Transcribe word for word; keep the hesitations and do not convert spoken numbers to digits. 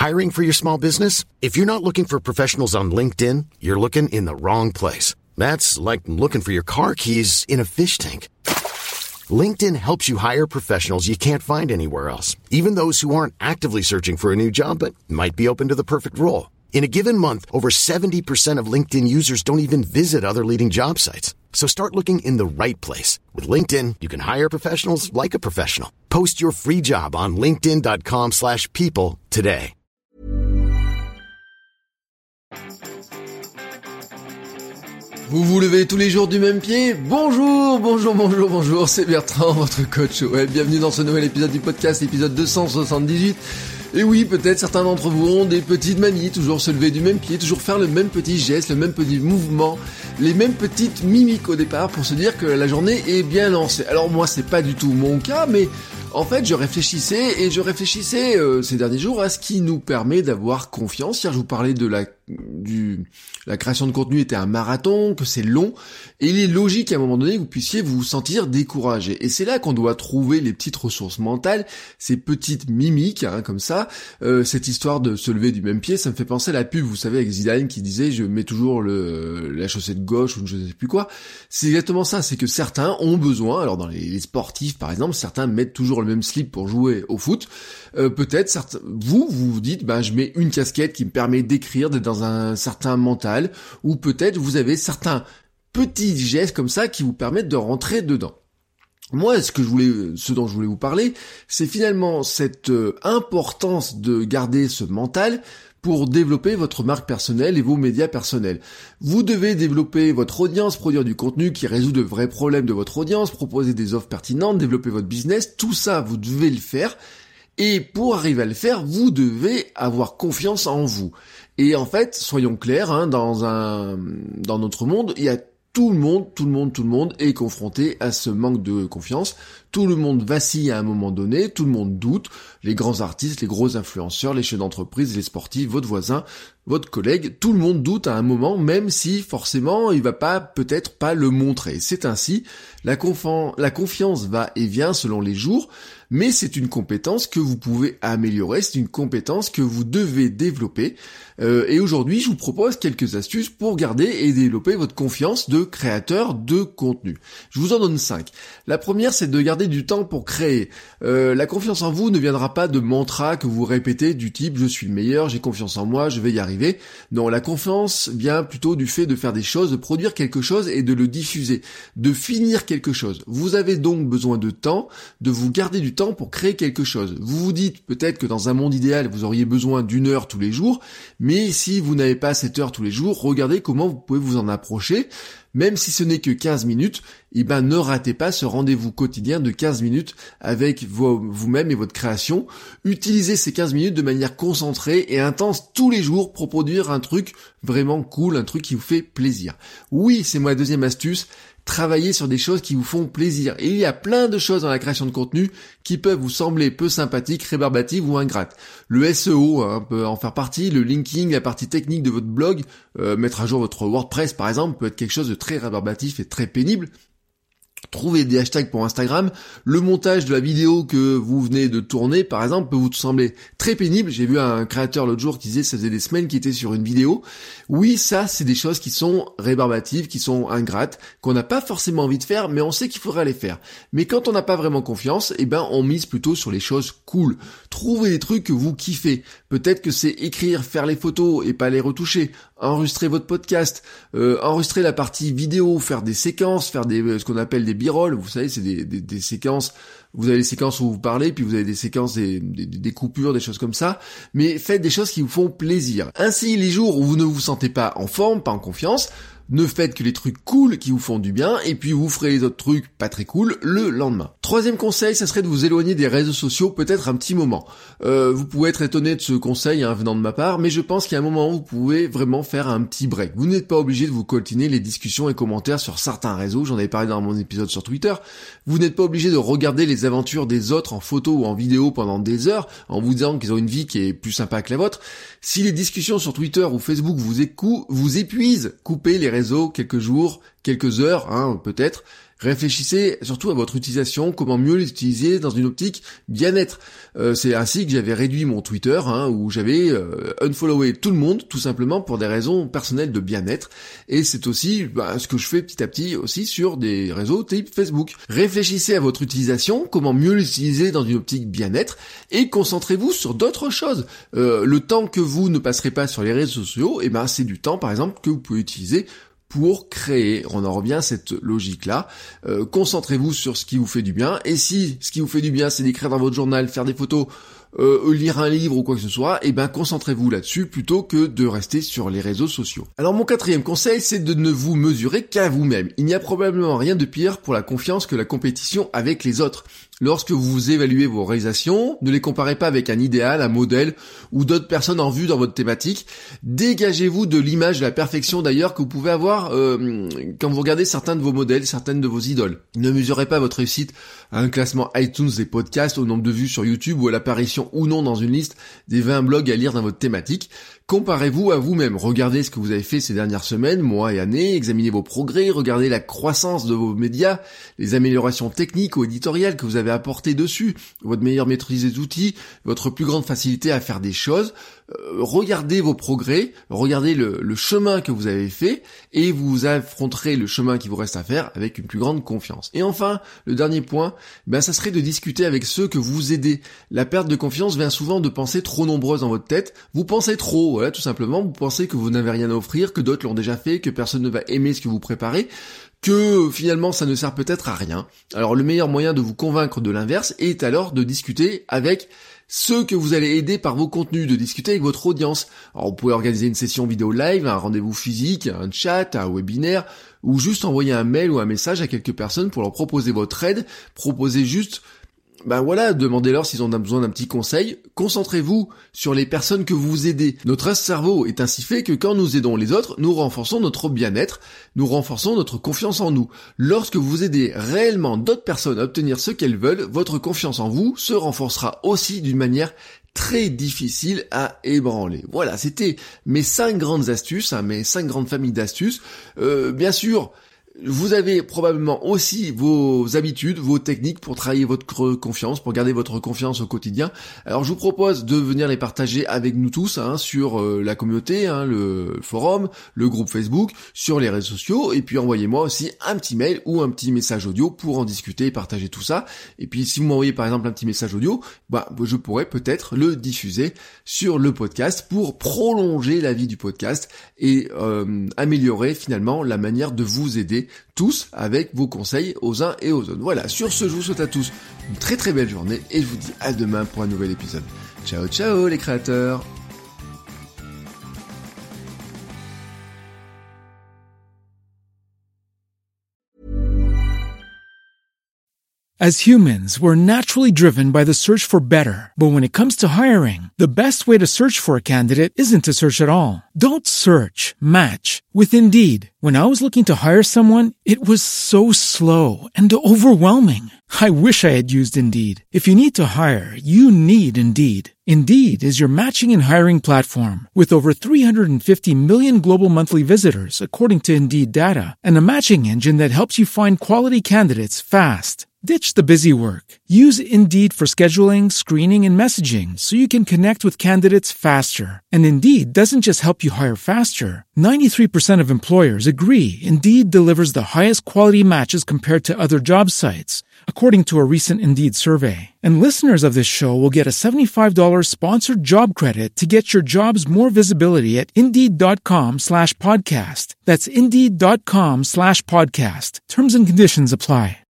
Hiring for your small business? If you're not looking for professionals on LinkedIn, you're looking in the wrong place. That's like looking for your car keys in a fish tank. LinkedIn helps you hire professionals you can't find anywhere else, even those who aren't actively searching for a new job but might be open to the perfect role. In a given month, over seventy percent of LinkedIn users don't even visit other leading job sites. So start looking in the right place. With LinkedIn, you can hire professionals like a professional. Post your free job on linkedin.com slash people today. Vous vous levez tous les jours du même pied? Bonjour, bonjour, bonjour, bonjour, c'est Bertrand, votre coach web. Bienvenue dans ce nouvel épisode du podcast, épisode deux cent soixante-dix-huit. Et oui, peut-être certains d'entre vous ont des petites manies, toujours se lever du même pied, toujours faire le même petit geste, le même petit mouvement, les mêmes petites mimiques au départ pour se dire que la journée est bien lancée. Alors moi, c'est pas du tout mon cas, mais en fait, je réfléchissais et je réfléchissais euh, ces derniers jours à ce qui nous permet d'avoir confiance. Hier, je vous parlais de la du la création de contenu était un marathon, que c'est long, et il est logique qu'à un moment donné, vous puissiez vous sentir découragé. Et c'est là qu'on doit trouver les petites ressources mentales, ces petites mimiques, hein, comme ça. Euh, cette histoire de se lever du même pied, ça me fait penser à la pub, vous savez, avec Zidane qui disait « je mets toujours le la chaussette gauche » ou je ne sais plus quoi. C'est exactement ça, c'est que certains ont besoin, alors dans les, les sportifs par exemple, certains mettent toujours le même slip pour jouer au foot. Euh, peut-être, certains, vous, vous vous dites, ben, je mets une casquette qui me permet d'écrire, d'être dans un certain mental, ou peut-être vous avez certains petits gestes comme ça qui vous permettent de rentrer dedans. Moi, ce que je voulais, ce dont je voulais vous parler, c'est finalement cette euh, importance de garder ce mental pour développer votre marque personnelle et vos médias personnels. Vous devez développer votre audience, produire du contenu qui résout de vrais problèmes de votre audience, proposer des offres pertinentes, développer votre business, tout ça, vous devez le faire. Et pour arriver à le faire, vous devez avoir confiance en vous. Et en fait, soyons clairs, hein, dans un, dans notre monde, il y a tout le monde, tout le monde, tout le monde est confronté à ce manque de confiance. Tout le monde vacille à un moment donné, tout le monde doute. Les grands artistes, les gros influenceurs, les chefs d'entreprise, les sportifs, votre voisin, votre collègue, tout le monde doute à un moment, même si forcément il va pas, peut-être pas le montrer. C'est ainsi, la, conf- la confiance va et vient selon les jours, mais c'est une compétence que vous pouvez améliorer, c'est une compétence que vous devez développer. Euh, et aujourd'hui, je vous propose quelques astuces pour garder et développer votre confiance de créateur de contenu. Je vous en donne cinq. La première, c'est de garder du temps pour créer. Euh, la confiance en vous ne viendra pas de mantras que vous répétez du type « je suis le meilleur, j'ai confiance en moi, je vais y arriver ». Non, la confiance vient plutôt du fait de faire des choses, de produire quelque chose et de le diffuser, de finir quelque chose. Vous avez donc besoin de temps, de vous garder du temps pour créer quelque chose. Vous vous dites peut-être que dans un monde idéal, vous auriez besoin d'une heure tous les jours, mais si vous n'avez pas cette heure tous les jours, regardez comment vous pouvez vous en approcher. Même si ce n'est que quinze minutes, eh ben ne ratez pas ce rendez-vous quotidien de quinze minutes avec vos, vous-même et votre création. Utilisez ces quinze minutes de manière concentrée et intense tous les jours pour produire un truc vraiment cool, un truc qui vous fait plaisir. Oui, c'est ma deuxième astuce. Travaillez sur des choses qui vous font plaisir. Et il y a plein de choses dans la création de contenu qui peuvent vous sembler peu sympathiques, rébarbatives ou ingrates. Le S E O hein, peut en faire partie, le linking, la partie technique de votre blog, euh, mettre à jour votre WordPress par exemple, peut être quelque chose de très rébarbatif et très pénible. Trouver des hashtags pour Instagram, le montage de la vidéo que vous venez de tourner, par exemple, peut vous sembler très pénible. J'ai vu un créateur l'autre jour qui disait que ça faisait des semaines qu'il était sur une vidéo. Oui, ça, c'est des choses qui sont rébarbatives, qui sont ingrates, qu'on n'a pas forcément envie de faire, mais on sait qu'il faudrait les faire. Mais quand on n'a pas vraiment confiance, eh ben, on mise plutôt sur les choses cool. Trouvez des trucs que vous kiffez. Peut-être que c'est écrire, faire les photos et pas les retoucher, enregistrer votre podcast, euh, enregistrer la partie vidéo, faire des séquences, faire des ce qu'on appelle des b-roll, vous savez, c'est des, des, des séquences, vous avez les séquences où vous parlez, puis vous avez des séquences, des, des, des coupures, des choses comme ça, mais faites des choses qui vous font plaisir. Ainsi, les jours où vous ne vous sentez pas en forme, pas en confiance, ne faites que les trucs cool qui vous font du bien, et puis vous ferez les autres trucs pas très cool le lendemain. Troisième conseil, ça serait de vous éloigner des réseaux sociaux peut-être un petit moment. Euh, vous pouvez être étonné de ce conseil hein, venant de ma part, mais je pense qu'il y a un moment où vous pouvez vraiment faire un petit break. Vous n'êtes pas obligé de vous coltiner les discussions et commentaires sur certains réseaux, j'en avais parlé dans mon épisode sur Twitter. Vous n'êtes pas obligé de regarder les aventures des autres en photo ou en vidéo pendant des heures, en vous disant qu'ils ont une vie qui est plus sympa que la vôtre. Si les discussions sur Twitter ou Facebook vous, écou- vous épuisent, coupez les réseaux quelques jours, quelques heures, hein, peut-être. Réfléchissez surtout à votre utilisation, comment mieux l'utiliser dans une optique bien-être. Euh, c'est ainsi que j'avais réduit mon Twitter, hein, où j'avais euh, unfollowé tout le monde, tout simplement pour des raisons personnelles de bien-être. Et c'est aussi bah, ce que je fais petit à petit aussi sur des réseaux type Facebook. Réfléchissez à votre utilisation, comment mieux l'utiliser dans une optique bien-être, et concentrez-vous sur d'autres choses. Euh, le temps que vous ne passerez pas sur les réseaux sociaux, et ben c'est du temps par exemple que vous pouvez utiliser pour créer. On en revient à cette logique-là. Euh, concentrez-vous sur ce qui vous fait du bien. Et si ce qui vous fait du bien, c'est d'écrire dans votre journal, faire des photos, euh, lire un livre ou quoi que ce soit, eh ben concentrez-vous là-dessus plutôt que de rester sur les réseaux sociaux. Alors mon quatrième conseil, c'est de ne vous mesurer qu'à vous-même. Il n'y a probablement rien de pire pour la confiance que la compétition avec les autres. Lorsque vous évaluez vos réalisations, ne les comparez pas avec un idéal, un modèle ou d'autres personnes en vue dans votre thématique. Dégagez-vous de l'image de la perfection d'ailleurs que vous pouvez avoir euh, quand vous regardez certains de vos modèles, certaines de vos idoles. Ne mesurez pas votre réussite à un classement iTunes des podcasts, au nombre de vues sur YouTube ou à l'apparition ou non dans une liste des vingt blogs à lire dans votre thématique. Comparez-vous à vous-même, regardez ce que vous avez fait ces dernières semaines, mois et années, examinez vos progrès, regardez la croissance de vos médias, les améliorations techniques ou éditoriales que vous avez apportées dessus, votre meilleure maîtrise des outils, votre plus grande facilité à faire des choses. Euh, regardez vos progrès, regardez le, le chemin que vous avez fait et vous affronterez le chemin qui vous reste à faire avec une plus grande confiance. Et enfin, le dernier point, ben ça serait de discuter avec ceux que vous aidez. La perte de confiance vient souvent de pensées trop nombreuses dans votre tête. Vous pensez trop, voilà, tout simplement. Vous pensez que vous n'avez rien à offrir, que d'autres l'ont déjà fait, que personne ne va aimer ce que vous préparez, que finalement ça ne sert peut-être à rien. Alors le meilleur moyen de vous convaincre de l'inverse est alors de discuter avec ceux que vous allez aider par vos contenus, de discuter avec votre audience. Alors vous pouvez organiser une session vidéo live, un rendez-vous physique, un chat, un webinaire, ou juste envoyer un mail ou un message à quelques personnes pour leur proposer votre aide, proposer juste... Ben voilà, demandez-leur s'ils ont besoin d'un petit conseil. Concentrez-vous sur les personnes que vous aidez. Notre cerveau est ainsi fait que quand nous aidons les autres, nous renforçons notre bien-être, nous renforçons notre confiance en nous. Lorsque vous aidez réellement d'autres personnes à obtenir ce qu'elles veulent, votre confiance en vous se renforcera aussi d'une manière très difficile à ébranler. Voilà, c'était mes cinq grandes astuces, hein, mes cinq grandes familles d'astuces. Euh, bien sûr, vous avez probablement aussi vos habitudes, vos techniques pour travailler votre confiance, pour garder votre confiance au quotidien. Alors je vous propose de venir les partager avec nous tous hein, sur euh, la communauté, hein, le forum, le groupe Facebook, sur les réseaux sociaux, et puis envoyez-moi aussi un petit mail ou un petit message audio pour en discuter et partager tout ça. Et puis si vous m'envoyez par exemple un petit message audio, bah je pourrais peut-être le diffuser sur le podcast pour prolonger la vie du podcast et euh, améliorer finalement la manière de vous aider tous avec vos conseils aux uns et aux autres. Voilà, sur ce, je vous souhaite à tous une très très belle journée et je vous dis à demain pour un nouvel épisode. Ciao ciao les créateurs. As humans, we're naturally driven by the search for better. But when it comes to hiring, the best way to search for a candidate isn't to search at all. Don't search, match with Indeed. When I was looking to hire someone, it was so slow and overwhelming. I wish I had used Indeed. If you need to hire, you need Indeed. Indeed is your matching and hiring platform with over three hundred fifty million global monthly visitors, according to Indeed data, and a matching engine that helps you find quality candidates fast. Ditch the busy work. Use Indeed for scheduling, screening, and messaging so you can connect with candidates faster. And Indeed doesn't just help you hire faster. ninety-three percent of employers agree Indeed delivers the highest quality matches compared to other job sites, according to a recent Indeed survey. And listeners of this show will get a seventy-five dollars sponsored job credit to get your jobs more visibility at Indeed.com slash podcast. That's Indeed.com slash podcast. Terms and conditions apply.